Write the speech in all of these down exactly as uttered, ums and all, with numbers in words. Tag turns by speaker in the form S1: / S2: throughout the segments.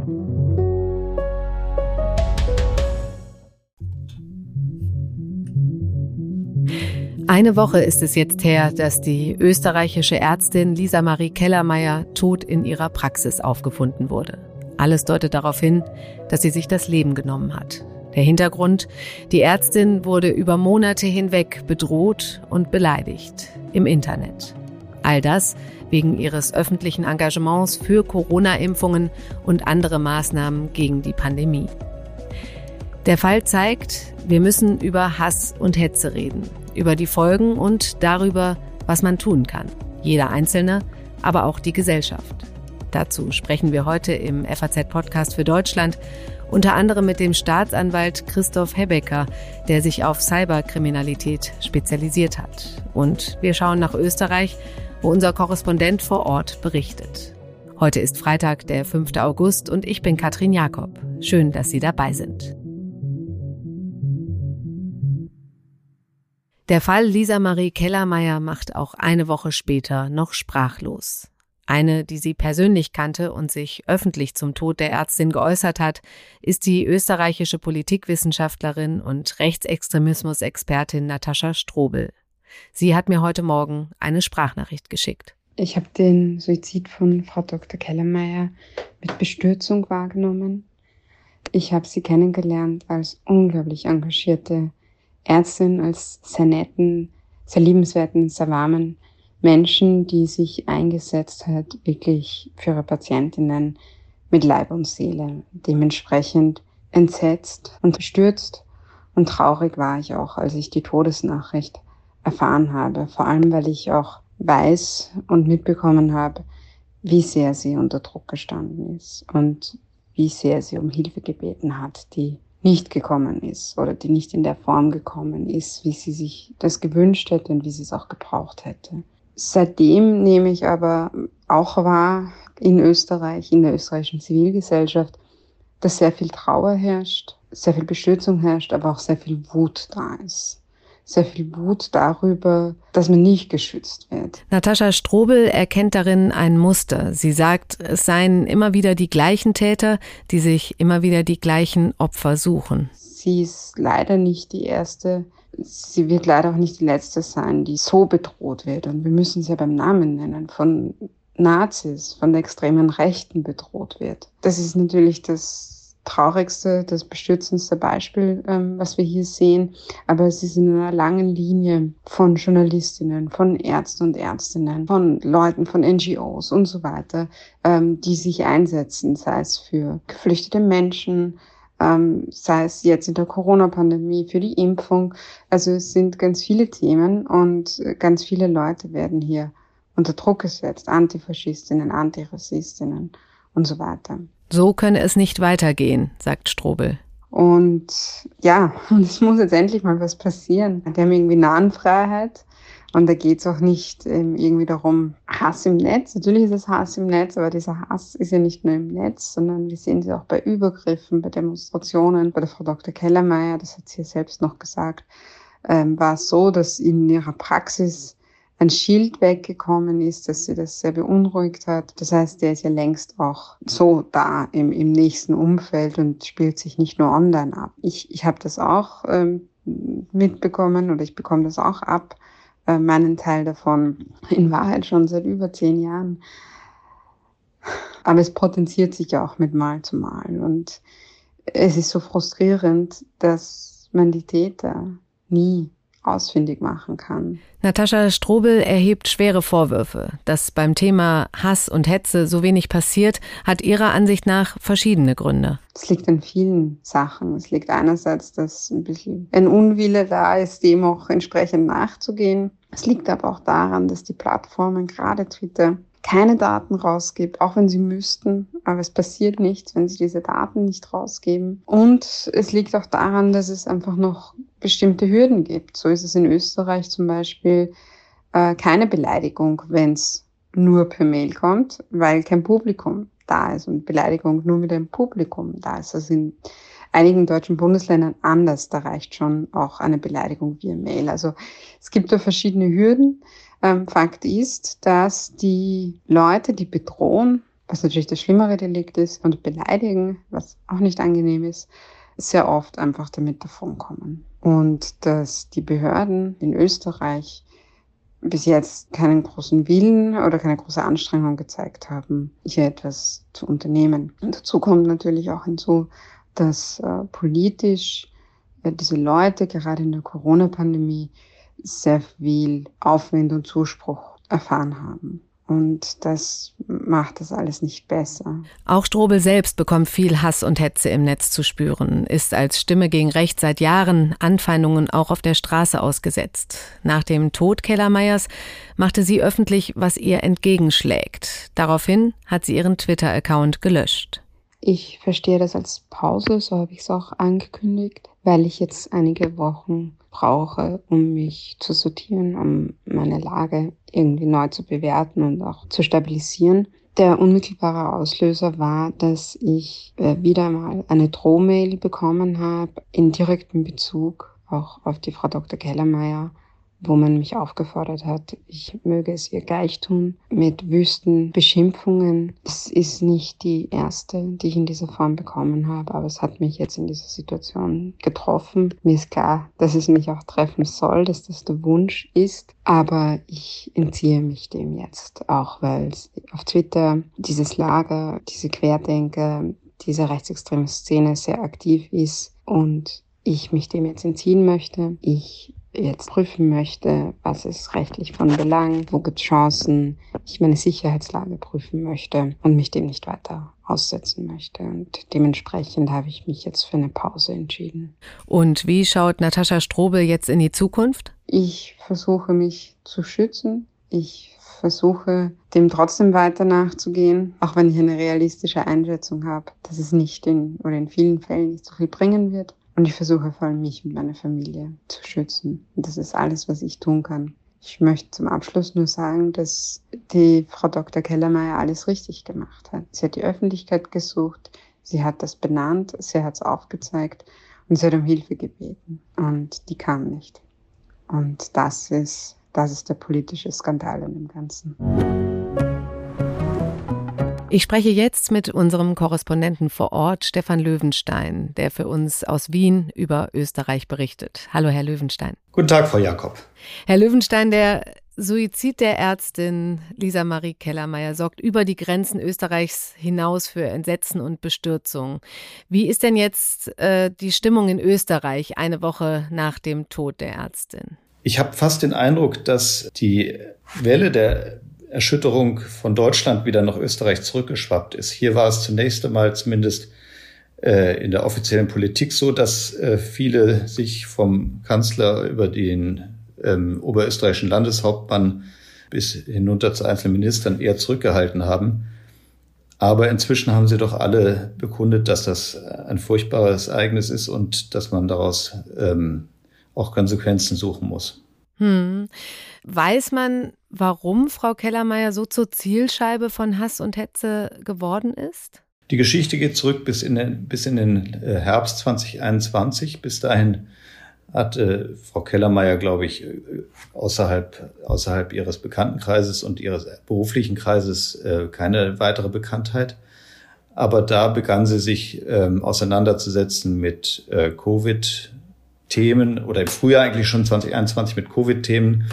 S1: Eine Woche ist es jetzt her, dass die österreichische Ärztin Lisa Marie Kellermeier tot in ihrer Praxis aufgefunden wurde. Alles deutet darauf hin, dass sie sich das Leben genommen hat. Der Hintergrund: Die Ärztin wurde über Monate hinweg bedroht und beleidigt im Internet. All das wegen ihres öffentlichen Engagements für Corona-Impfungen und andere Maßnahmen gegen die Pandemie. Der Fall zeigt, wir müssen über Hass und Hetze reden, über die Folgen und darüber, was man tun kann. Jeder Einzelne, aber auch die Gesellschaft. Dazu sprechen wir heute im F A Z-Podcast für Deutschland, unter anderem mit dem Staatsanwalt Christoph Hebecker, der sich auf Cyberkriminalität spezialisiert hat. Und wir schauen nach Österreich, wo unser Korrespondent vor Ort berichtet. Heute ist Freitag, der fünfte August, und ich bin Katrin Jakob. Schön, dass Sie dabei sind. Der Fall Lisa Marie Kellermeier macht auch eine Woche später noch sprachlos. Eine, die sie persönlich kannte und sich öffentlich zum Tod der Ärztin geäußert hat, ist die österreichische Politikwissenschaftlerin und Rechtsextremismus-Expertin Natascha Strobel. Sie hat mir heute Morgen eine Sprachnachricht geschickt.
S2: Ich habe den Suizid von Frau Doktor Kellermeier mit Bestürzung wahrgenommen. Ich habe sie kennengelernt als unglaublich engagierte Ärztin, als sehr netten, sehr liebenswerten, sehr warmen Menschen, die sich eingesetzt hat, wirklich für ihre Patientinnen mit Leib und Seele. Dementsprechend entsetzt und bestürzt und traurig war ich auch, als ich die Todesnachricht erfahren habe. Vor allem, weil ich auch weiß und mitbekommen habe, wie sehr sie unter Druck gestanden ist und wie sehr sie um Hilfe gebeten hat, die nicht gekommen ist oder die nicht in der Form gekommen ist, wie sie sich das gewünscht hätte und wie sie es auch gebraucht hätte. Seitdem nehme ich aber auch wahr in Österreich, in der österreichischen Zivilgesellschaft, dass sehr viel Trauer herrscht, sehr viel Bestürzung herrscht, aber auch sehr viel Wut da ist. Sehr viel Wut darüber, dass man nicht geschützt wird.
S1: Natascha Strobel erkennt darin ein Muster. Sie sagt, es seien immer wieder die gleichen Täter, die sich immer wieder die gleichen Opfer suchen.
S2: Sie ist leider nicht die erste, sie wird leider auch nicht die letzte sein, die so bedroht wird. Und wir müssen sie ja beim Namen nennen, von Nazis, von der extremen Rechten bedroht wird. Das ist natürlich das traurigste, das bestürzendste Beispiel, ähm, was wir hier sehen. Aber es ist in einer langen Linie von Journalistinnen, von Ärzten und Ärztinnen, von Leuten, von N G Os und so weiter, ähm, die sich einsetzen, sei es für geflüchtete Menschen, ähm, sei es jetzt in der Corona-Pandemie, für die Impfung. Also es sind ganz viele Themen und ganz viele Leute werden hier unter Druck gesetzt. Antifaschistinnen, Antirassistinnen und so weiter.
S1: So könne es nicht weitergehen, sagt Strobel.
S2: Und ja, und es muss jetzt endlich mal was passieren. Die haben irgendwie Nahenfreiheit und da geht es auch nicht ähm, irgendwie darum, Hass im Netz. Natürlich ist es Hass im Netz, aber dieser Hass ist ja nicht nur im Netz, sondern wir sehen sie auch bei Übergriffen, bei Demonstrationen. Bei der Frau Doktor Kellermeier, das hat sie ja selbst noch gesagt, ähm, war es so, dass in ihrer Praxis ein Schild weggekommen ist, dass sie das sehr beunruhigt hat. Das heißt, der ist ja längst auch so da im, im nächsten Umfeld und spielt sich nicht nur online ab. Ich, ich habe das auch ähm, mitbekommen oder ich bekomme das auch ab, äh, meinen Teil davon, in Wahrheit schon seit über zehn Jahren. Aber es potenziert sich ja auch mit Mal zu Mal und es ist so frustrierend, dass man die Täter nie ausfindig machen kann.
S1: Natascha Strobel erhebt schwere Vorwürfe. Dass beim Thema Hass und Hetze so wenig passiert, hat ihrer Ansicht nach verschiedene Gründe.
S2: Es liegt an vielen Sachen. Es liegt einerseits, dass ein bisschen ein Unwille da ist, dem auch entsprechend nachzugehen. Es liegt aber auch daran, dass die Plattformen, gerade Twitter, keine Daten rausgibt, auch wenn sie müssten, aber es passiert nichts, wenn sie diese Daten nicht rausgeben. Und es liegt auch daran, dass es einfach noch bestimmte Hürden gibt. So ist es in Österreich zum Beispiel äh, keine Beleidigung, wenn es nur per Mail kommt, weil kein Publikum da ist und Beleidigung nur mit einem Publikum da ist. Also in einigen deutschen Bundesländern anders, da reicht schon auch eine Beleidigung via Mail. Also es gibt da verschiedene Hürden. Ähm, Fakt ist, dass die Leute, die bedrohen, was natürlich das schlimmere Delikt ist, und beleidigen, was auch nicht angenehm ist, sehr oft einfach damit davonkommen. Und dass die Behörden in Österreich bis jetzt keinen großen Willen oder keine große Anstrengung gezeigt haben, hier etwas zu unternehmen. Und dazu kommt natürlich auch hinzu, dass äh, politisch äh, diese Leute gerade in der Corona-Pandemie sehr viel Aufwind und Zuspruch erfahren haben. Und das macht das alles nicht besser.
S1: Auch Strobel selbst bekommt viel Hass und Hetze im Netz zu spüren, ist als Stimme gegen Recht seit Jahren Anfeindungen auch auf der Straße ausgesetzt. Nach dem Tod Kellermeyers machte sie öffentlich, was ihr entgegenschlägt. Daraufhin hat sie ihren Twitter-Account gelöscht.
S2: Ich verstehe das als Pause, so habe ich es auch angekündigt, weil ich jetzt einige Wochen brauche, um mich zu sortieren, um meine Lage irgendwie neu zu bewerten und auch zu stabilisieren. Der unmittelbare Auslöser war, dass ich äh, wieder mal eine Drohmail bekommen habe, in direktem Bezug auch auf die Frau Doktor Kellermeyer, wo man mich aufgefordert hat, ich möge es ihr gleich tun, mit wüsten Beschimpfungen. Es ist nicht die erste, die ich in dieser Form bekommen habe, aber es hat mich jetzt in dieser Situation getroffen. Mir ist klar, dass es mich auch treffen soll, dass das der Wunsch ist, aber ich entziehe mich dem jetzt, auch weil auf Twitter dieses Lager, diese Querdenker, diese rechtsextreme Szene sehr aktiv ist und ich mich dem jetzt entziehen möchte. Ich jetzt prüfen möchte, was ist rechtlich von Belang, wo gibt es Chancen, ich meine Sicherheitslage prüfen möchte und mich dem nicht weiter aussetzen möchte. Und dementsprechend habe ich mich jetzt für eine Pause entschieden.
S1: Und wie schaut Natascha Strobel jetzt in die Zukunft?
S2: Ich versuche mich zu schützen. Ich versuche dem trotzdem weiter nachzugehen, auch wenn ich eine realistische Einschätzung habe, dass es nicht in oder in vielen Fällen nicht so viel bringen wird. Und ich versuche vor allem mich und meine Familie zu schützen. Und das ist alles, was ich tun kann. Ich möchte zum Abschluss nur sagen, dass die Frau Doktor Kellermeyer alles richtig gemacht hat. Sie hat die Öffentlichkeit gesucht, sie hat das benannt, sie hat es aufgezeigt und sie hat um Hilfe gebeten. Und die kam nicht. Und das ist, das ist der politische Skandal in dem Ganzen.
S1: Ich spreche jetzt mit unserem Korrespondenten vor Ort, Stefan Löwenstein, der für uns aus Wien über Österreich berichtet. Hallo, Herr Löwenstein.
S3: Guten Tag, Frau Jakob.
S1: Herr Löwenstein, der Suizid der Ärztin Lisa Marie Kellermeyer sorgt über die Grenzen Österreichs hinaus für Entsetzen und Bestürzung. Wie ist denn jetzt äh, die Stimmung in Österreich eine Woche nach dem Tod der Ärztin?
S3: Ich habe fast den Eindruck, dass die Welle der Erschütterung von Deutschland wieder nach Österreich zurückgeschwappt ist. Hier war es zunächst einmal zumindest äh, in der offiziellen Politik so, dass äh, viele sich vom Kanzler über den ähm, oberösterreichischen Landeshauptmann bis hinunter zu einzelnen Ministern eher zurückgehalten haben. Aber inzwischen haben sie doch alle bekundet, dass das ein furchtbares Ereignis ist und dass man daraus ähm, auch Konsequenzen suchen muss.
S1: Hm. Weiß man, warum Frau Kellermeyer so zur Zielscheibe von Hass und Hetze geworden ist?
S3: Die Geschichte geht zurück bis in den, bis in den Herbst zwanzig einundzwanzig. Bis dahin hatte Frau Kellermeyer, glaube ich, außerhalb, außerhalb ihres Bekanntenkreises und ihres beruflichen Kreises keine weitere Bekanntheit. Aber da begann sie sich ähm, auseinanderzusetzen mit äh, Covid-Themen oder im Frühjahr eigentlich schon zwanzig einundzwanzig mit Covid-Themen.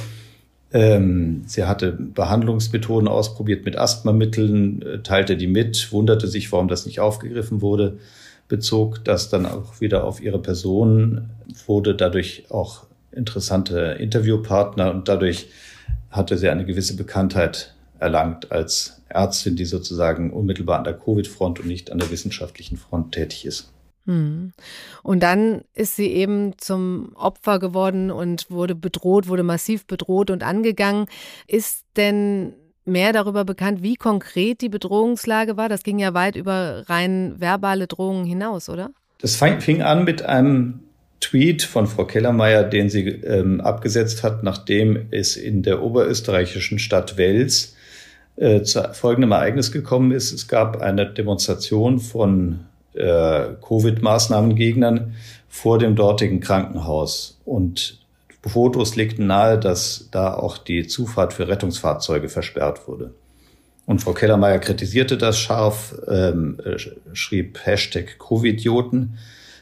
S3: Ähm, sie hatte Behandlungsmethoden ausprobiert mit Asthmamitteln, äh, teilte die mit, wunderte sich, warum das nicht aufgegriffen wurde, bezog das dann auch wieder auf ihre Person, wurde dadurch auch interessante Interviewpartner und dadurch hatte sie eine gewisse Bekanntheit erlangt als Ärztin, die sozusagen unmittelbar an der Covid-Front und nicht an der wissenschaftlichen Front tätig ist.
S1: Hm. Und dann ist sie eben zum Opfer geworden und wurde bedroht, wurde massiv bedroht und angegangen. Ist denn mehr darüber bekannt, wie konkret die Bedrohungslage war? Das ging ja weit über rein verbale Drohungen hinaus, oder? Das
S3: fing an mit einem Tweet von Frau Kellermeyer, den sie ähm, abgesetzt hat, nachdem es in der oberösterreichischen Stadt Wels äh, zu folgendem Ereignis gekommen ist. Es gab eine Demonstration von äh, Covid-Maßnahmengegnern vor dem dortigen Krankenhaus. Und Fotos legten nahe, dass da auch die Zufahrt für Rettungsfahrzeuge versperrt wurde. Und Frau Kellermeier kritisierte das scharf, ähm, schrieb Hashtag Covidioten.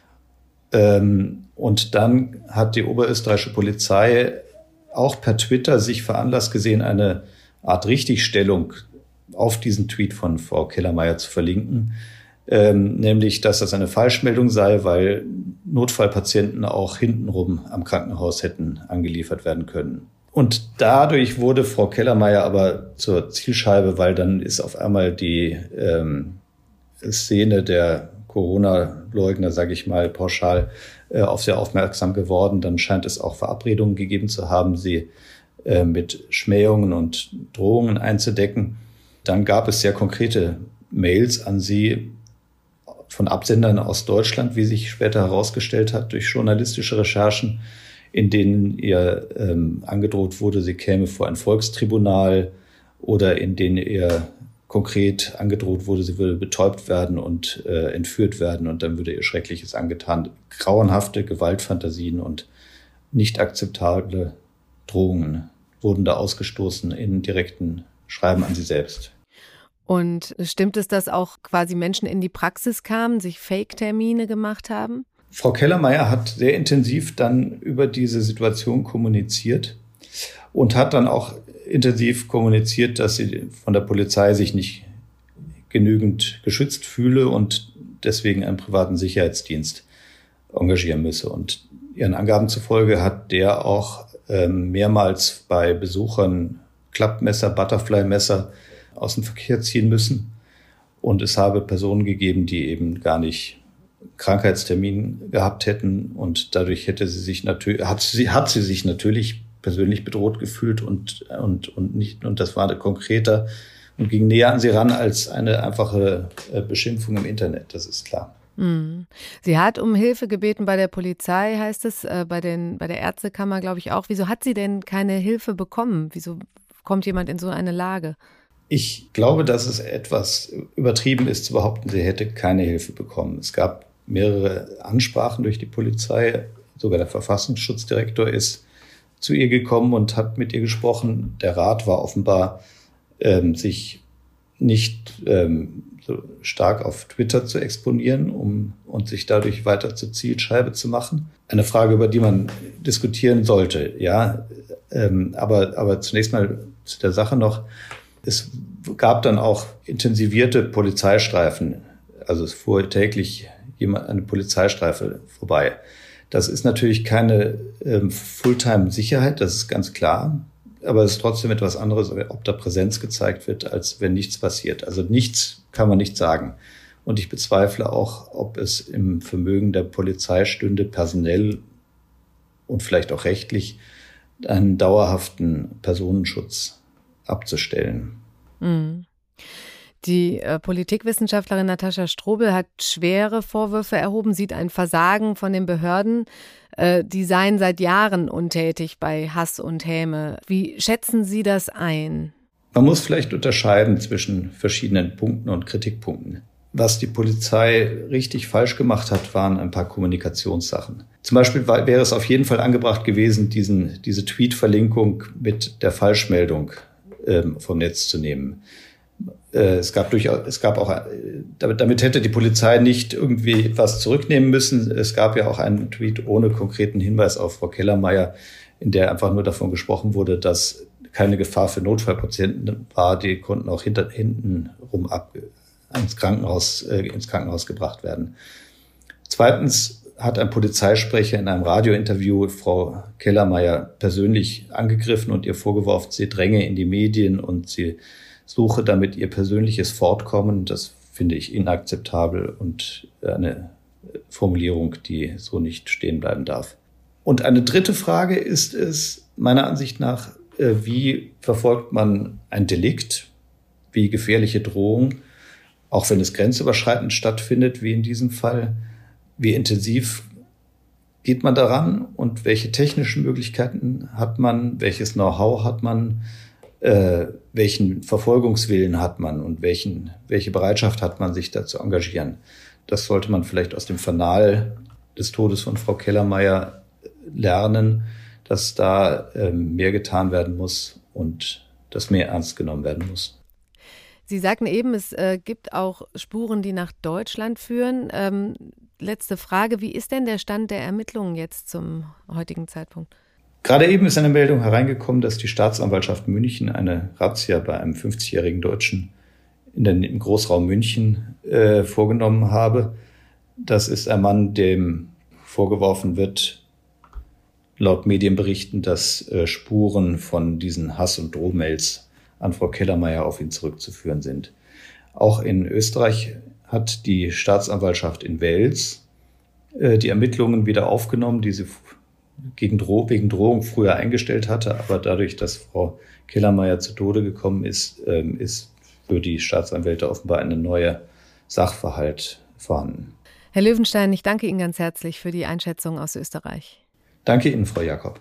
S3: Ähm, und dann hat die oberösterreichische Polizei auch per Twitter sich veranlasst gesehen, eine Art Richtigstellung auf diesen Tweet von Frau Kellermeier zu verlinken. Ähm, nämlich, dass das eine Falschmeldung sei, weil Notfallpatienten auch hintenrum am Krankenhaus hätten angeliefert werden können. Und dadurch wurde Frau Kellermeier aber zur Zielscheibe, weil dann ist auf einmal die ähm, Szene der Corona-Leugner, sage ich mal pauschal, äh, auf sie aufmerksam geworden. Dann scheint es auch Verabredungen gegeben zu haben, sie äh, mit Schmähungen und Drohungen einzudecken. Dann gab es sehr konkrete Mails an sie von Absendern aus Deutschland, wie sich später herausgestellt hat, durch journalistische Recherchen, in denen ihr ähm, angedroht wurde, sie käme vor ein Volkstribunal, oder in denen ihr konkret angedroht wurde, sie würde betäubt werden und äh, entführt werden und dann würde ihr Schreckliches angetan. Grauenhafte Gewaltfantasien und nicht akzeptable Drohungen wurden da ausgestoßen in direkten Schreiben an sie selbst.
S1: Und stimmt es, dass auch quasi Menschen in die Praxis kamen, sich Fake-Termine gemacht haben?
S3: Frau Kellermeier hat sehr intensiv dann über diese Situation kommuniziert und hat dann auch intensiv kommuniziert, dass sie von der Polizei sich nicht genügend geschützt fühle und deswegen einen privaten Sicherheitsdienst engagieren müsse. Und ihren Angaben zufolge hat der auch ähm, mehrmals bei Besuchern Klappmesser, Butterfly-Messer aus dem Verkehr ziehen müssen. Und es habe Personen gegeben, die eben gar nicht Krankheitstermin gehabt hätten und dadurch hätte sie sich natürlich, hat sie, hat sie sich natürlich persönlich bedroht gefühlt und, und, und nicht, und das war konkreter und ging näher an sie ran als eine einfache Beschimpfung im Internet, das ist klar.
S1: Sie hat um Hilfe gebeten bei der Polizei, heißt es, bei den, bei der Ärztekammer, glaube ich auch. Wieso hat sie denn keine Hilfe bekommen? Wieso kommt jemand in so eine Lage?
S3: Ich glaube, dass es etwas übertrieben ist zu behaupten, sie hätte keine Hilfe bekommen. Es gab mehrere Ansprachen durch die Polizei. Sogar der Verfassungsschutzdirektor ist zu ihr gekommen und hat mit ihr gesprochen. Der Rat war offenbar, ähm, sich nicht ähm, so stark auf Twitter zu exponieren, um und sich dadurch weiter zur Zielscheibe zu machen. Eine Frage, über die man diskutieren sollte, ja. Ähm, aber, aber zunächst mal zu der Sache noch. Es gab dann auch intensivierte Polizeistreifen. Also es fuhr täglich jemand eine Polizeistreife vorbei. Das ist natürlich keine ähm, Fulltime-Sicherheit, das ist ganz klar. Aber es ist trotzdem etwas anderes, ob da Präsenz gezeigt wird, als wenn nichts passiert. Also nichts kann man nicht sagen. Und ich bezweifle auch, ob es im Vermögen der Polizei stünde, personell und vielleicht auch rechtlich einen dauerhaften Personenschutz abzustellen.
S1: Mhm. Die äh, Politikwissenschaftlerin Natascha Strobel hat schwere Vorwürfe erhoben, sieht ein Versagen von den Behörden. Äh, die seien seit Jahren untätig bei Hass und Häme. Wie schätzen Sie das ein?
S3: Man muss vielleicht unterscheiden zwischen verschiedenen Punkten und Kritikpunkten. Was die Polizei richtig falsch gemacht hat, waren ein paar Kommunikationssachen. Zum Beispiel war, wäre es auf jeden Fall angebracht gewesen, diesen, diese Tweet-Verlinkung mit der Falschmeldung ähm, vom Netz zu nehmen. Es gab durchaus, es gab auch, damit, damit hätte die Polizei nicht irgendwie was zurücknehmen müssen. Es gab ja auch einen Tweet ohne konkreten Hinweis auf Frau Kellermeier, in der einfach nur davon gesprochen wurde, dass keine Gefahr für Notfallpatienten war. Die konnten auch hinter, hinten rum ab, ins Krankenhaus, äh, ins Krankenhaus gebracht werden. Zweitens hat ein Polizeisprecher in einem Radiointerview Frau Kellermeier persönlich angegriffen und ihr vorgeworfen, sie dränge in die Medien und sie suche damit ihr persönliches Fortkommen. Das finde ich inakzeptabel und eine Formulierung, die so nicht stehen bleiben darf. Und eine dritte Frage ist es, meiner Ansicht nach, wie verfolgt man ein Delikt, wie gefährliche Drohung, auch wenn es grenzüberschreitend stattfindet, wie in diesem Fall, wie intensiv geht man daran und welche technischen Möglichkeiten hat man, welches Know-how hat man, Äh, welchen Verfolgungswillen hat man und welchen, welche Bereitschaft hat man, sich da zu engagieren. Das sollte man vielleicht aus dem Fanal des Todes von Frau Kellermeier lernen, dass da ähm, mehr getan werden muss und dass mehr ernst genommen werden muss.
S1: Sie sagten eben, es äh, gibt auch Spuren, die nach Deutschland führen. Ähm, letzte Frage, wie ist denn der Stand der Ermittlungen jetzt zum heutigen Zeitpunkt?
S3: Gerade eben ist eine Meldung hereingekommen, dass die Staatsanwaltschaft München eine Razzia bei einem fünfzigjährigen Deutschen in den, im Großraum München äh, vorgenommen habe. Das ist ein Mann, dem vorgeworfen wird, laut Medienberichten, dass äh, Spuren von diesen Hass- und Drohmails an Frau Kellermeier auf ihn zurückzuführen sind. Auch in Österreich hat die Staatsanwaltschaft in Wels äh, die Ermittlungen wieder aufgenommen, die sie gegen Dro- wegen Drohung früher eingestellt hatte. Aber dadurch, dass Frau Kellermeier zu Tode gekommen ist, ähm, ist für die Staatsanwälte offenbar eine neue Sachverhalt vorhanden.
S1: Herr Löwenstein, ich danke Ihnen ganz herzlich für die Einschätzung aus Österreich.
S3: Danke Ihnen, Frau Jakob.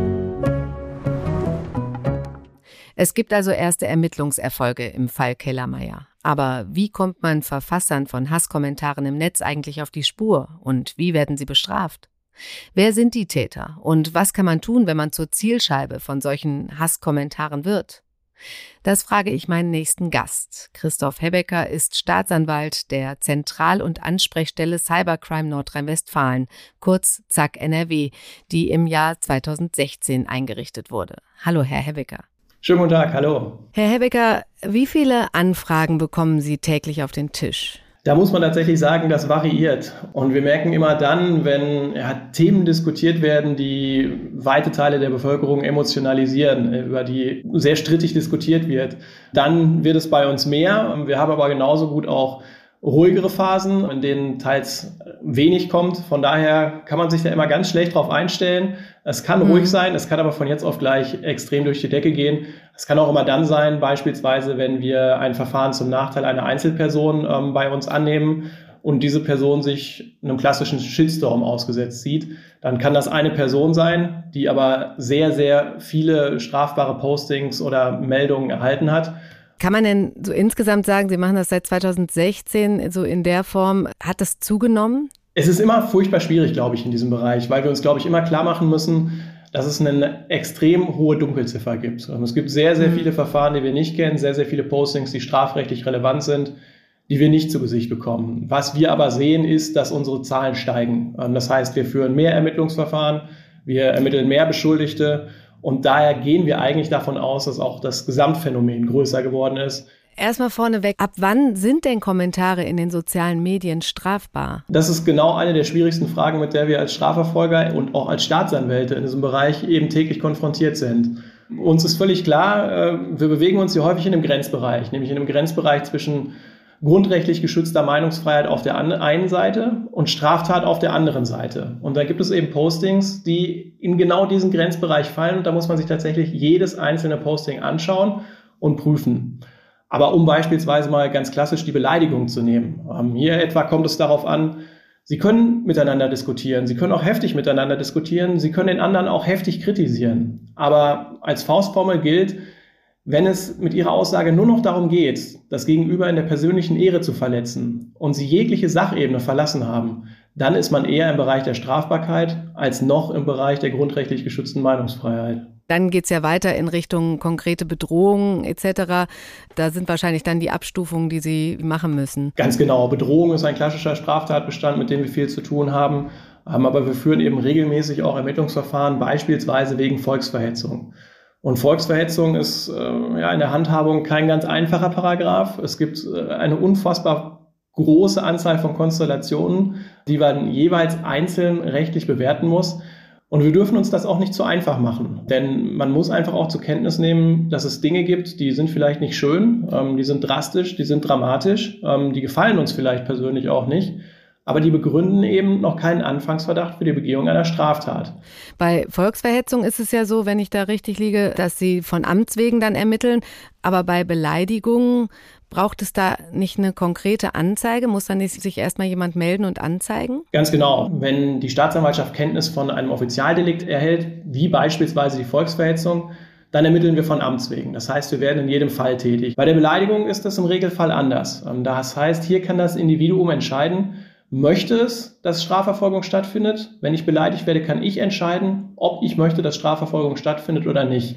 S1: Es gibt also erste Ermittlungserfolge im Fall Kellermeier. Aber wie kommt man Verfassern von Hasskommentaren im Netz eigentlich auf die Spur und wie werden sie bestraft? Wer sind die Täter und was kann man tun, wenn man zur Zielscheibe von solchen Hasskommentaren wird? Das frage ich meinen nächsten Gast. Christoph Hebecker ist Staatsanwalt der Zentral- und Ansprechstelle Cybercrime Nordrhein-Westfalen, kurz Z A K N R W, die im Jahr zweitausendsechzehn eingerichtet wurde. Hallo, Herr Hebecker.
S4: Schönen guten Tag, hallo.
S1: Herr Hebecker, wie viele Anfragen bekommen Sie täglich auf den Tisch?
S4: Da muss man tatsächlich sagen, das variiert. Und wir merken immer dann, wenn ja, Themen diskutiert werden, die weite Teile der Bevölkerung emotionalisieren, über die sehr strittig diskutiert wird, dann wird es bei uns mehr. Wir haben aber genauso gut auch ruhigere Phasen, in denen teils wenig kommt. Von daher kann man sich da immer ganz schlecht drauf einstellen. Es kann mhm. ruhig sein, es kann aber von jetzt auf gleich extrem durch die Decke gehen. Es kann auch immer dann sein, beispielsweise, wenn wir ein Verfahren zum Nachteil einer Einzelperson ähm, bei uns annehmen und diese Person sich einem klassischen Shitstorm ausgesetzt sieht, dann kann das eine Person sein, die aber sehr, sehr viele strafbare Postings oder Meldungen erhalten hat.
S1: Kann man denn so insgesamt sagen, Sie machen das seit zweitausendsechzehn so in der Form, hat das zugenommen?
S4: Es ist immer furchtbar schwierig, glaube ich, in diesem Bereich, weil wir uns, glaube ich, immer klar machen müssen, dass es eine extrem hohe Dunkelziffer gibt. Und es gibt sehr, sehr viele Verfahren, die wir nicht kennen, sehr, sehr viele Postings, die strafrechtlich relevant sind, die wir nicht zu Gesicht bekommen. Was wir aber sehen, ist, dass unsere Zahlen steigen. Das heißt, wir führen mehr Ermittlungsverfahren, wir ermitteln mehr Beschuldigte. Und daher gehen wir eigentlich davon aus, dass auch das Gesamtphänomen größer geworden ist.
S1: Erstmal vorneweg, ab wann sind denn Kommentare in den sozialen Medien strafbar?
S4: Das ist genau eine der schwierigsten Fragen, mit der wir als Strafverfolger und auch als Staatsanwälte in diesem Bereich eben täglich konfrontiert sind. Uns ist völlig klar, wir bewegen uns hier häufig in einem Grenzbereich, nämlich in einem Grenzbereich zwischen grundrechtlich geschützter Meinungsfreiheit auf der einen Seite und Straftat auf der anderen Seite. Und da gibt es eben Postings, die in genau diesen Grenzbereich fallen und da muss man sich tatsächlich jedes einzelne Posting anschauen und prüfen. Aber um beispielsweise mal ganz klassisch die Beleidigung zu nehmen. Ähm, hier etwa kommt es darauf an, Sie können miteinander diskutieren, Sie können auch heftig miteinander diskutieren, Sie können den anderen auch heftig kritisieren. Aber als Faustformel gilt, wenn es mit Ihrer Aussage nur noch darum geht, das Gegenüber in der persönlichen Ehre zu verletzen und Sie jegliche Sachebene verlassen haben, dann ist man eher im Bereich der Strafbarkeit als noch im Bereich der grundrechtlich geschützten Meinungsfreiheit.
S1: Dann geht es ja weiter in Richtung konkrete Bedrohungen et cetera. Da sind wahrscheinlich dann die Abstufungen, die Sie machen müssen.
S4: Ganz genau. Bedrohung ist ein klassischer Straftatbestand, mit dem wir viel zu tun haben. Aber wir führen eben regelmäßig auch Ermittlungsverfahren, beispielsweise wegen Volksverhetzung. Und Volksverhetzung ist äh, ja in der Handhabung kein ganz einfacher Paragraph. Es gibt äh, eine unfassbar große Anzahl von Konstellationen, die man jeweils einzeln rechtlich bewerten muss. Und wir dürfen uns das auch nicht zu einfach machen. Denn man muss einfach auch zur Kenntnis nehmen, dass es Dinge gibt, die sind vielleicht nicht schön, ähm, die sind drastisch, die sind dramatisch, ähm, die gefallen uns vielleicht persönlich auch nicht. Aber die begründen eben noch keinen Anfangsverdacht für die Begehung einer Straftat.
S1: Bei Volksverhetzung ist es ja so, wenn ich da richtig liege, dass Sie von Amts wegen dann ermitteln. Aber bei Beleidigungen braucht es da nicht eine konkrete Anzeige? Muss dann nicht sich erstmal jemand melden und anzeigen?
S4: Ganz genau. Wenn die Staatsanwaltschaft Kenntnis von einem Offizialdelikt erhält, wie beispielsweise die Volksverhetzung, dann ermitteln wir von Amts wegen. Das heißt, wir werden in jedem Fall tätig. Bei der Beleidigung ist das im Regelfall anders. Das heißt, hier kann das Individuum entscheiden, möchte es, dass Strafverfolgung stattfindet? Wenn ich beleidigt werde, kann ich entscheiden, ob ich möchte, dass Strafverfolgung stattfindet oder nicht.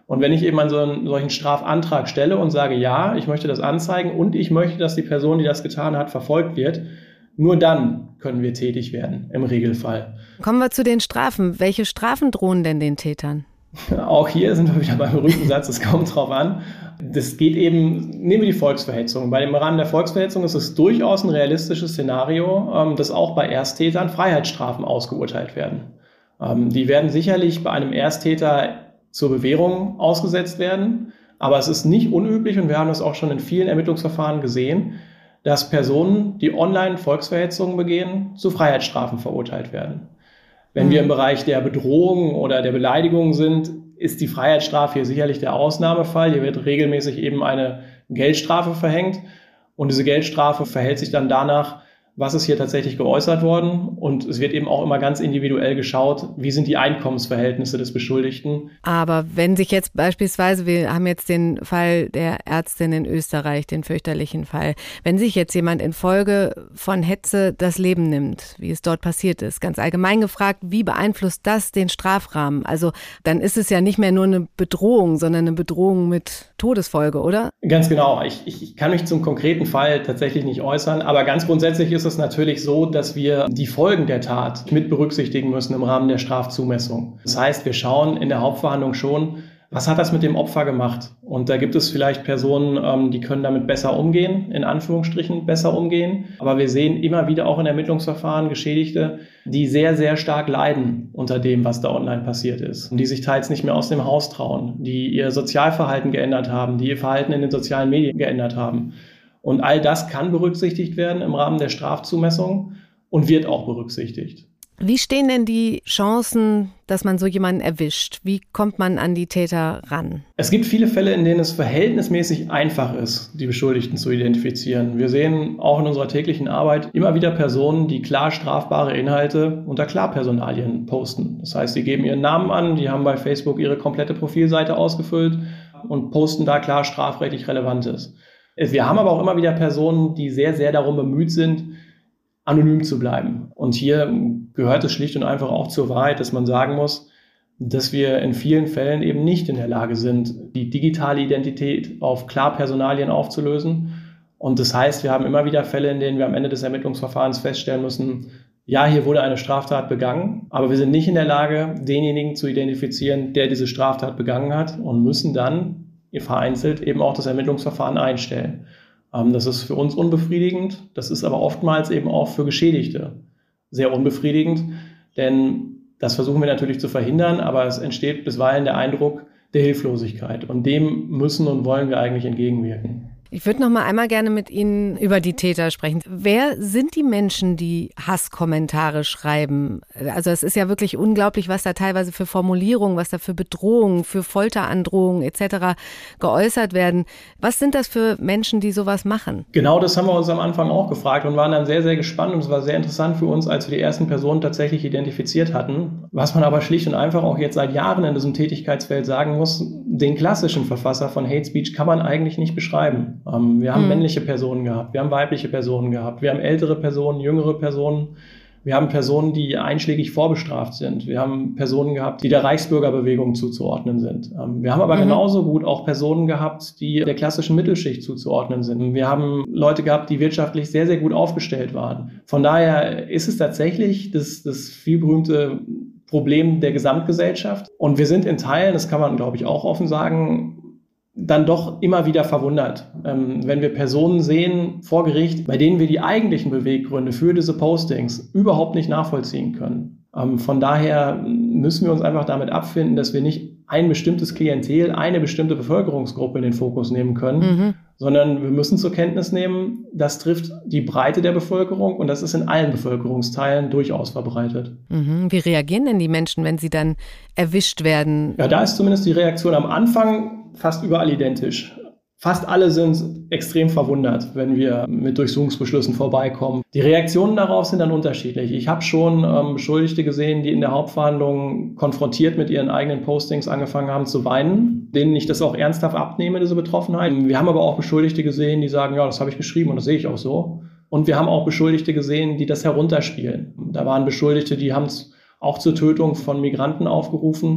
S4: Und wenn ich eben an so einen solchen Strafantrag stelle und sage, ja, ich möchte das anzeigen und ich möchte, dass die Person, die das getan hat, verfolgt wird, nur dann können wir tätig werden, im Regelfall.
S1: Kommen wir zu den Strafen. Welche Strafen drohen denn den Tätern?
S4: Auch hier sind wir wieder beim berühmten Satz, es kommt drauf an. Das geht eben, nehmen wir die Volksverhetzung. Bei dem Rahmen der Volksverhetzung ist es durchaus ein realistisches Szenario, dass auch bei Ersttätern Freiheitsstrafen ausgeurteilt werden. Die werden sicherlich bei einem Ersttäter zur Bewährung ausgesetzt werden, aber es ist nicht unüblich, und wir haben das auch schon in vielen Ermittlungsverfahren gesehen, dass Personen, die online Volksverhetzungen begehen, zu Freiheitsstrafen verurteilt werden. Wenn mhm. wir im Bereich der Bedrohung oder der Beleidigung sind, ist die Freiheitsstrafe hier sicherlich der Ausnahmefall. Hier wird regelmäßig eben eine Geldstrafe verhängt und diese Geldstrafe verhält sich dann danach, was ist hier tatsächlich geäußert worden, und es wird eben auch immer ganz individuell geschaut, wie sind die Einkommensverhältnisse des Beschuldigten.
S1: Aber wenn sich jetzt beispielsweise, wir haben jetzt den Fall der Ärztin in Österreich, den fürchterlichen Fall, wenn sich jetzt jemand infolge von Hetze das Leben nimmt, wie es dort passiert ist, ganz allgemein gefragt, wie beeinflusst das den Strafrahmen? Also dann ist es ja nicht mehr nur eine Bedrohung, sondern eine Bedrohung mit Todesfolge, oder?
S4: Ganz genau. Ich, ich, ich kann mich zum konkreten Fall tatsächlich nicht äußern, aber ganz grundsätzlich ist es natürlich so, dass wir die Folgen der Tat mit berücksichtigen müssen im Rahmen der Strafzumessung. Das heißt, wir schauen in der Hauptverhandlung schon, was hat das mit dem Opfer gemacht? Und da gibt es vielleicht Personen, die können damit besser umgehen, in Anführungsstrichen besser umgehen. Aber wir sehen immer wieder auch in Ermittlungsverfahren Geschädigte, die sehr, sehr stark leiden unter dem, was da online passiert ist. Und die sich teils nicht mehr aus dem Haus trauen, die ihr Sozialverhalten geändert haben, die ihr Verhalten in den sozialen Medien geändert haben. Und all das kann berücksichtigt werden im Rahmen der Strafzumessung und wird auch berücksichtigt.
S1: Wie stehen denn die Chancen, dass man so jemanden erwischt? Wie kommt man an die Täter ran?
S4: Es gibt viele Fälle, in denen es verhältnismäßig einfach ist, die Beschuldigten zu identifizieren. Wir sehen auch in unserer täglichen Arbeit immer wieder Personen, die klar strafbare Inhalte unter Klarpersonalien posten. Das heißt, sie geben ihren Namen an, die haben bei Facebook ihre komplette Profilseite ausgefüllt und posten da klar strafrechtlich Relevantes. Wir haben aber auch immer wieder Personen, die sehr, sehr darum bemüht sind, anonym zu bleiben. Und hier gehört es schlicht und einfach auch zur Wahrheit, dass man sagen muss, dass wir in vielen Fällen eben nicht in der Lage sind, die digitale Identität auf Klarpersonalien aufzulösen. Und das heißt, wir haben immer wieder Fälle, in denen wir am Ende des Ermittlungsverfahrens feststellen müssen, ja, hier wurde eine Straftat begangen, aber wir sind nicht in der Lage, denjenigen zu identifizieren, der diese Straftat begangen hat, und müssen dann vereinzelt eben auch das Ermittlungsverfahren einstellen. Das ist für uns unbefriedigend, das ist aber oftmals eben auch für Geschädigte sehr unbefriedigend, denn das versuchen wir natürlich zu verhindern, aber es entsteht bisweilen der Eindruck der Hilflosigkeit, und dem müssen und wollen wir eigentlich entgegenwirken.
S1: Ich würde noch mal einmal gerne mit Ihnen über die Täter sprechen. Wer sind die Menschen, die Hasskommentare schreiben? Also es ist ja wirklich unglaublich, was da teilweise für Formulierungen, was da für Bedrohungen, für Folterandrohungen et cetera geäußert werden. Was sind das für Menschen, die sowas machen?
S4: Genau das haben wir uns am Anfang auch gefragt und waren dann sehr, sehr gespannt. Und es war sehr interessant für uns, als wir die ersten Personen tatsächlich identifiziert hatten. Was man aber schlicht und einfach auch jetzt seit Jahren in diesem Tätigkeitsfeld sagen muss, den klassischen Verfasser von Hate Speech kann man eigentlich nicht beschreiben. Wir haben hm. männliche Personen gehabt, wir haben weibliche Personen gehabt, wir haben ältere Personen, jüngere Personen, wir haben Personen, die einschlägig vorbestraft sind, wir haben Personen gehabt, die der Reichsbürgerbewegung zuzuordnen sind. Wir haben aber mhm. genauso gut auch Personen gehabt, die der klassischen Mittelschicht zuzuordnen sind. Wir haben Leute gehabt, die wirtschaftlich sehr, sehr gut aufgestellt waren. Von daher ist es tatsächlich das, das vielberühmte Problem der Gesamtgesellschaft. Und wir sind in Teilen, das kann man, glaube ich, auch offen sagen, dann doch immer wieder verwundert, ähm, wenn wir Personen sehen vor Gericht, bei denen wir die eigentlichen Beweggründe für diese Postings überhaupt nicht nachvollziehen können. Ähm, von daher müssen wir uns einfach damit abfinden, dass wir nicht ein bestimmtes Klientel, eine bestimmte Bevölkerungsgruppe in den Fokus nehmen können, mhm. sondern wir müssen zur Kenntnis nehmen, das trifft die Breite der Bevölkerung und das ist in allen Bevölkerungsteilen durchaus verbreitet.
S1: Mhm. Wie reagieren denn die Menschen, wenn sie dann erwischt werden?
S4: Ja, da ist zumindest die Reaktion am Anfang fast überall identisch. Fast alle sind extrem verwundert, wenn wir mit Durchsuchungsbeschlüssen vorbeikommen. Die Reaktionen darauf sind dann unterschiedlich. Ich habe schon ähm, Beschuldigte gesehen, die in der Hauptverhandlung konfrontiert mit ihren eigenen Postings angefangen haben zu weinen, denen ich das auch ernsthaft abnehme, diese Betroffenheit. Wir haben aber auch Beschuldigte gesehen, die sagen, ja, das habe ich geschrieben und das sehe ich auch so. Und wir haben auch Beschuldigte gesehen, die das herunterspielen. Da waren Beschuldigte, die haben es auch zur Tötung von Migranten aufgerufen.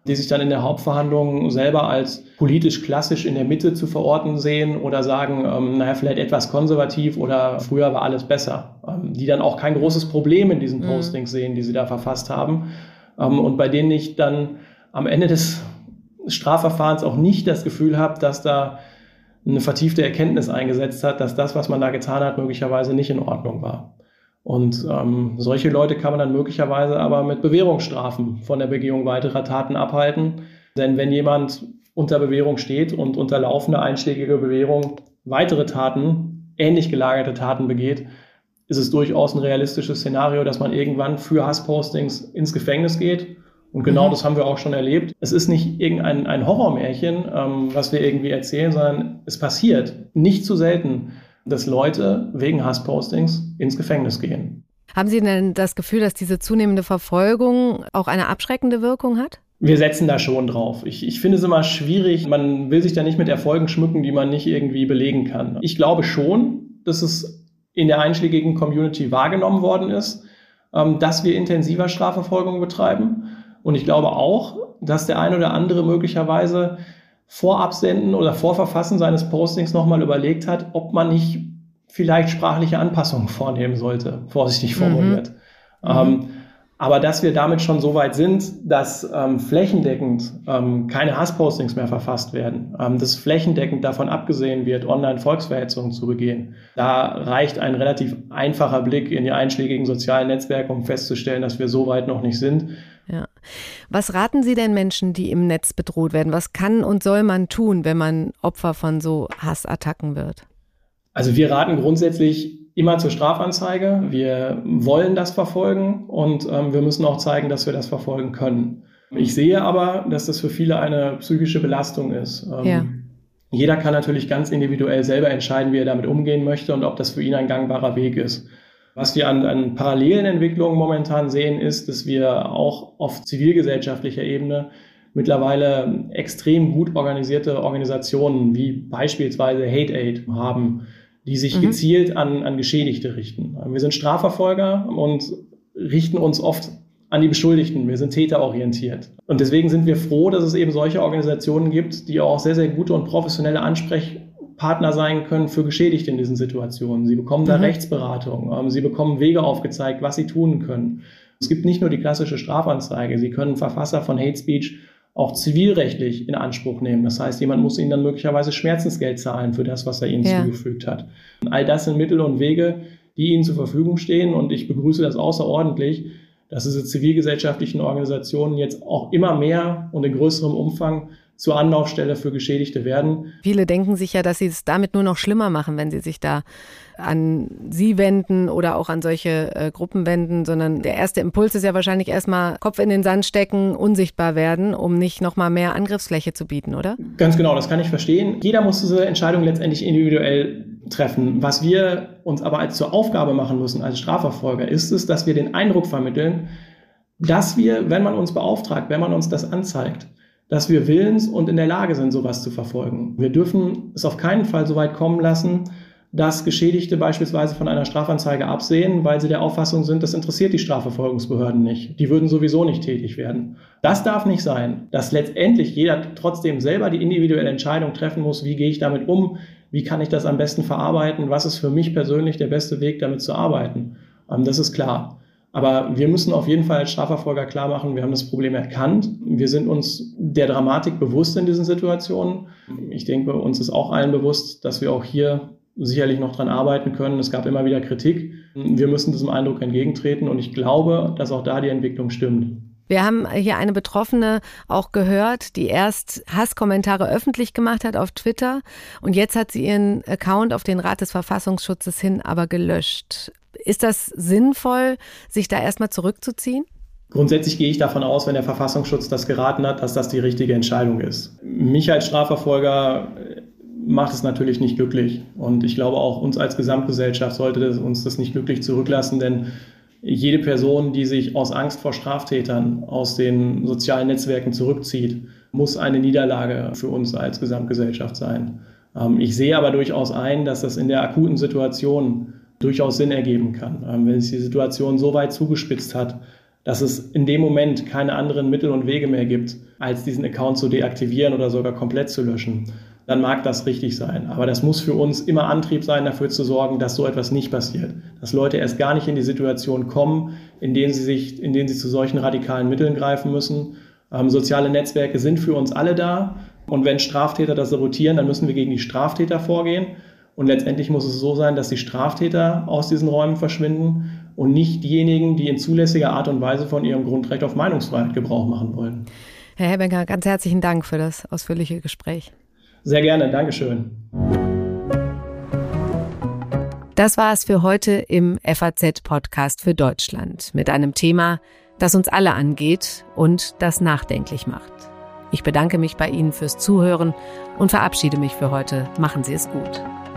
S4: die sich dann in der Hauptverhandlung selber als politisch klassisch in der Mitte zu verorten sehen oder sagen, ähm, naja, vielleicht etwas konservativ oder früher war alles besser. Ähm, die dann auch kein großes Problem in diesen Postings mhm. sehen, die sie da verfasst haben. Ähm, und bei denen ich dann am Ende des Strafverfahrens auch nicht das Gefühl habe, dass da eine vertiefte Erkenntnis eingesetzt hat, dass das, was man da getan hat, möglicherweise nicht in Ordnung war. Und ähm, solche Leute kann man dann möglicherweise aber mit Bewährungsstrafen von der Begehung weiterer Taten abhalten. Denn wenn jemand unter Bewährung steht und unter laufender einschlägige Bewährung weitere Taten, ähnlich gelagerte Taten begeht, ist es durchaus ein realistisches Szenario, dass man irgendwann für Hasspostings ins Gefängnis geht. Und genau mhm. das haben wir auch schon erlebt. Es ist nicht irgendein ein Horrormärchen, ähm, was wir irgendwie erzählen, sondern es passiert nicht zu selten, dass Leute wegen Hasspostings ins Gefängnis gehen.
S1: Haben Sie denn das Gefühl, dass diese zunehmende Verfolgung auch eine abschreckende Wirkung hat?
S4: Wir setzen da schon drauf. Ich, ich finde es immer schwierig. Man will sich da nicht mit Erfolgen schmücken, die man nicht irgendwie belegen kann. Ich glaube schon, dass es in der einschlägigen Community wahrgenommen worden ist, ähm, dass wir intensiver Strafverfolgung betreiben. Und ich glaube auch, dass der ein oder andere möglicherweise vor Absenden oder vor Verfassen seines Postings nochmal überlegt hat, ob man nicht vielleicht sprachliche Anpassungen vornehmen sollte, vorsichtig formuliert. Mhm. Ähm, aber dass wir damit schon so weit sind, dass ähm, flächendeckend ähm, keine Hasspostings mehr verfasst werden, ähm, dass flächendeckend davon abgesehen wird, Online-Volksverhetzungen zu begehen, da reicht ein relativ einfacher Blick in die einschlägigen sozialen Netzwerke, um festzustellen, dass wir so weit noch nicht sind.
S1: Ja. Was raten Sie denn Menschen, die im Netz bedroht werden? Was kann und soll man tun, wenn man Opfer von so Hassattacken wird?
S4: Also wir raten grundsätzlich immer zur Strafanzeige. Wir wollen das verfolgen und ähm, wir müssen auch zeigen, dass wir das verfolgen können. Ich sehe aber, dass das für viele eine psychische Belastung ist. Ähm, ja. Jeder kann natürlich ganz individuell selber entscheiden, wie er damit umgehen möchte und ob das für ihn ein gangbarer Weg ist. Was wir an, an parallelen Entwicklungen momentan sehen, ist, dass wir auch auf zivilgesellschaftlicher Ebene mittlerweile extrem gut organisierte Organisationen wie beispielsweise Hate Aid haben, die sich mhm. gezielt an, an Geschädigte richten. Wir sind Strafverfolger und richten uns oft an die Beschuldigten. Wir sind täterorientiert. Und deswegen sind wir froh, dass es eben solche Organisationen gibt, die auch sehr, sehr gute und professionelle Ansprechpartner sein können für Geschädigte in diesen Situationen. Sie bekommen da mhm. Rechtsberatung. Sie bekommen Wege aufgezeigt, was sie tun können. Es gibt nicht nur die klassische Strafanzeige. Sie können Verfasser von Hate Speech auch zivilrechtlich in Anspruch nehmen. Das heißt, jemand muss ihnen dann möglicherweise Schmerzensgeld zahlen für das, was er ihnen ja. zugefügt hat. Und all das sind Mittel und Wege, die ihnen zur Verfügung stehen. Und ich begrüße das außerordentlich, dass diese zivilgesellschaftlichen Organisationen jetzt auch immer mehr und in größerem Umfang zur Anlaufstelle für Geschädigte werden.
S1: Viele denken sich ja, dass sie es damit nur noch schlimmer machen, wenn sie sich da an sie wenden oder auch an solche äh, Gruppen wenden, sondern der erste Impuls ist ja wahrscheinlich erstmal Kopf in den Sand stecken, unsichtbar werden, um nicht nochmal mehr Angriffsfläche zu bieten, oder?
S4: Ganz genau, das kann ich verstehen. Jeder muss diese Entscheidung letztendlich individuell treffen. Was wir uns aber als zur Aufgabe machen müssen als Strafverfolger, ist es, dass wir den Eindruck vermitteln, dass wir, wenn man uns beauftragt, wenn man uns das anzeigt, dass wir willens und in der Lage sind, sowas zu verfolgen. Wir dürfen es auf keinen Fall so weit kommen lassen, dass Geschädigte beispielsweise von einer Strafanzeige absehen, weil sie der Auffassung sind, das interessiert die Strafverfolgungsbehörden nicht. Die würden sowieso nicht tätig werden. Das darf nicht sein, dass letztendlich jeder trotzdem selber die individuelle Entscheidung treffen muss, wie gehe ich damit um, wie kann ich das am besten verarbeiten, was ist für mich persönlich der beste Weg, damit zu arbeiten. Das ist klar. Aber wir müssen auf jeden Fall als Strafverfolger klar machen, wir haben das Problem erkannt. Wir sind uns der Dramatik bewusst in diesen Situationen. Ich denke, uns ist auch allen bewusst, dass wir auch hier sicherlich noch dran arbeiten können. Es gab immer wieder Kritik. Wir müssen diesem Eindruck entgegentreten und ich glaube, dass auch da die Entwicklung stimmt.
S1: Wir haben hier eine Betroffene auch gehört, die erst Hasskommentare öffentlich gemacht hat auf Twitter und jetzt hat sie ihren Account auf den Rat des Verfassungsschutzes hin aber gelöscht. Ist das sinnvoll, sich da erstmal zurückzuziehen?
S4: Grundsätzlich gehe ich davon aus, wenn der Verfassungsschutz das geraten hat, dass das die richtige Entscheidung ist. Mich als Strafverfolger macht es natürlich nicht glücklich und ich glaube auch uns als Gesamtgesellschaft sollte das, uns das nicht glücklich zurücklassen, denn jede Person, die sich aus Angst vor Straftätern aus den sozialen Netzwerken zurückzieht, muss eine Niederlage für uns als Gesamtgesellschaft sein. Ich sehe aber durchaus ein, dass das in der akuten Situation durchaus Sinn ergeben kann. Wenn sich die Situation so weit zugespitzt hat, dass es in dem Moment keine anderen Mittel und Wege mehr gibt, als diesen Account zu deaktivieren oder sogar komplett zu löschen, dann mag das richtig sein. Aber das muss für uns immer Antrieb sein, dafür zu sorgen, dass so etwas nicht passiert. Dass Leute erst gar nicht in die Situation kommen, in denen sie sich, in denen sie zu solchen radikalen Mitteln greifen müssen. Ähm, soziale Netzwerke sind für uns alle da. Und wenn Straftäter das sabotieren, dann müssen wir gegen die Straftäter vorgehen. Und letztendlich muss es so sein, dass die Straftäter aus diesen Räumen verschwinden und nicht diejenigen, die in zulässiger Art und Weise von ihrem Grundrecht auf Meinungsfreiheit Gebrauch machen wollen.
S1: Herr Herbinger, ganz herzlichen Dank für das ausführliche Gespräch.
S4: Sehr gerne, Dankeschön.
S1: Das war es für heute im F A Z-Podcast für Deutschland mit einem Thema, das uns alle angeht und das nachdenklich macht. Ich bedanke mich bei Ihnen fürs Zuhören und verabschiede mich für heute. Machen Sie es gut.